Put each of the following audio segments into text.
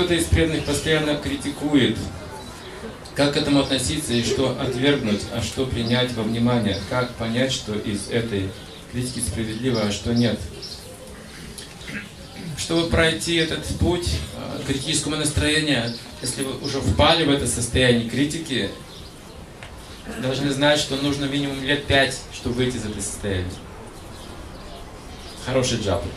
кто-то из преданных постоянно критикует, как к этому относиться и что отвергнуть, а что принять во внимание, как понять, что из этой критики справедливо, а что нет. Чтобы пройти этот путь к критическому настроению, если вы уже впали в это состояние критики, должны знать, что нужно минимум лет 5, чтобы выйти из этого состояния. Хороший джапа.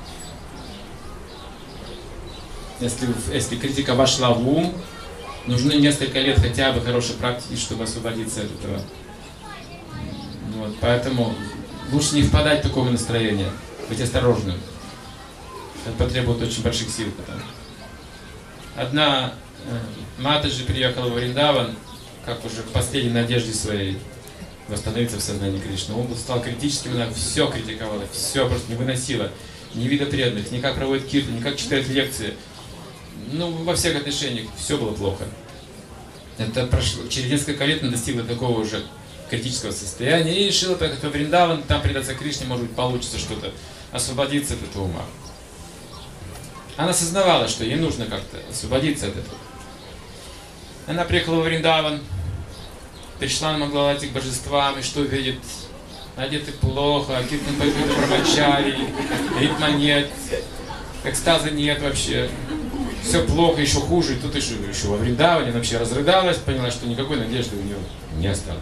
Если критика вошла в ум, нужно несколько лет хотя бы хорошей практики, чтобы освободиться от этого. Вот, поэтому лучше не впадать в такое настроение, быть осторожным. Это потребует очень больших сил. Потом. Одна Матаджи приехала в Вриндаван, как уже в последней надежде своей восстановиться в сознании Кришны. Он стал критическим, она все критиковала, все просто не выносила. Ни вида преданных, ни как проводит киртан, ни как читает лекции. Ну, во всех отношениях все было плохо. Это прошло, через несколько лет она достигла такого уже критического состояния и решила поехать во Вриндаван, там предаться Кришне, может быть, получится что-то, освободиться от этого ума. Она осознавала, что ей нужно как-то освободиться от этого. Она приехала во Вриндаван, пришла на Мангалати к божествам, и что видит? Одеты плохо, киртан поют брамачари, ритма нет, экстаза нет вообще. Все плохо, еще хуже, и тут еще во Вриндаване она вообще разрыдалась, поняла, что никакой надежды у нее не осталось.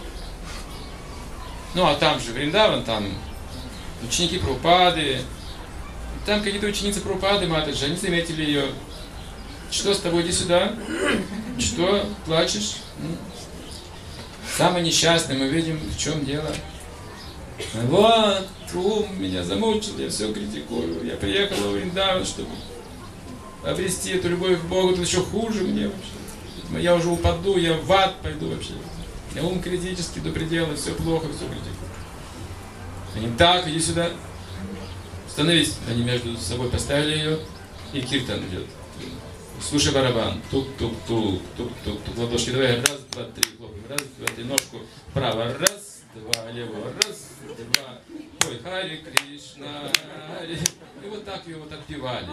Ну а там же Вриндаван, там ученики Прабхупады, там какие-то ученицы Прабхупады, Матаджи, они заметили ее. Что с тобой, иди сюда? Что, плачешь? Самый несчастный, мы видим, в чем дело. Вот, ум меня замучил, я все критикую. Я приехала в Вриндаван, чтобы обрести эту любовь к Богу, тут еще хуже мне вообще. Я уже упаду, я в ад пойду вообще. Я ум критический до предела, все плохо, все критикую. Они так, иди сюда. Становись. Они между собой поставили ее, и киртан идет. Слушай барабан. Тук-тук-тук, тук-тук-тук. Ладошки давай. Раз, два, три. Хлопаем. Раз, два, три. Ножку вправо. Раз, два. Лево. Раз, два. Ой, Хари Кришна. Хари. И вот так ее вот отпевали.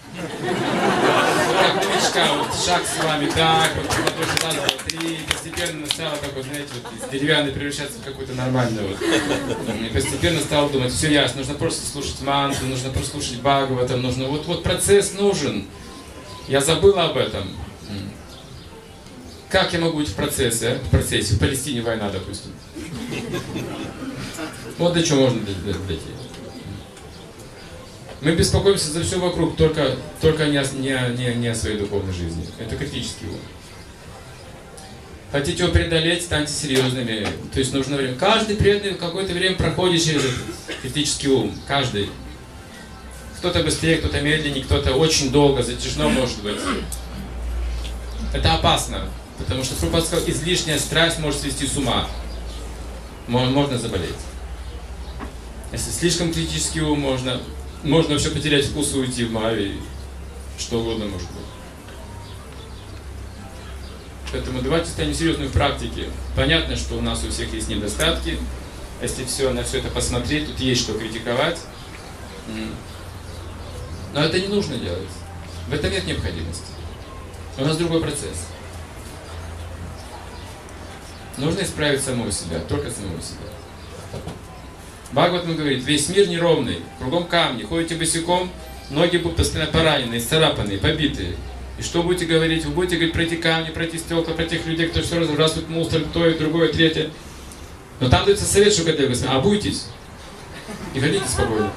Как новичка, вот шаг с вами так, вот ладошки раз, два, три. Постепенно стало такой, знаете, вот из деревянной превращаться в какую-то нормальную. Вот. И постепенно стал думать, все ясно, нужно просто слушать мантру, нужно просто слушать Бхагаватам, нужно. Вот процесс нужен. Я забыл об этом. Как я могу быть в процессе? В Палестине война, допустим. Вот до чего можно дойти. Мы беспокоимся за все вокруг, только не о своей духовной жизни. Это критический ум. Хотите его преодолеть, станьте серьезными. То есть нужно время. Каждый преданный в какое-то время проходит через этот критический ум. Каждый. Кто-то быстрее, кто-то медленнее, кто-то очень долго, затяжно может быть. Это опасно, потому что Прабхупада сказал, излишняя страсть может свести с ума. Можно заболеть. Если слишком критический ум, можно вообще потерять вкус и уйти в Махаве, что угодно может быть. Поэтому давайте станем серьезными в практике. Понятно, что у нас у всех есть недостатки. Если на все это посмотреть, тут есть что критиковать. Но это не нужно делать. В этом нет необходимости. У нас другой процесс. Нужно исправить самого себя, только самого себя. Бхагаватам говорит, весь мир неровный, кругом камни, ходите босиком, ноги будут постоянно поранены, исцарапанные, побитые. И что будете говорить? Вы будете говорить про эти камни, про эти стекла, про тех людей, кто все разбрасывает мусор, то и другое, третье. Но там дается совет, что когда вы обуйтесь и ходите спокойно.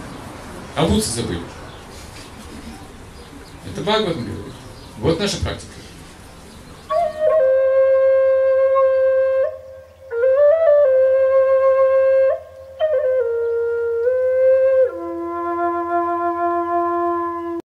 Обуться забыли. Это Бхагаватам говорит. Вот наша практика.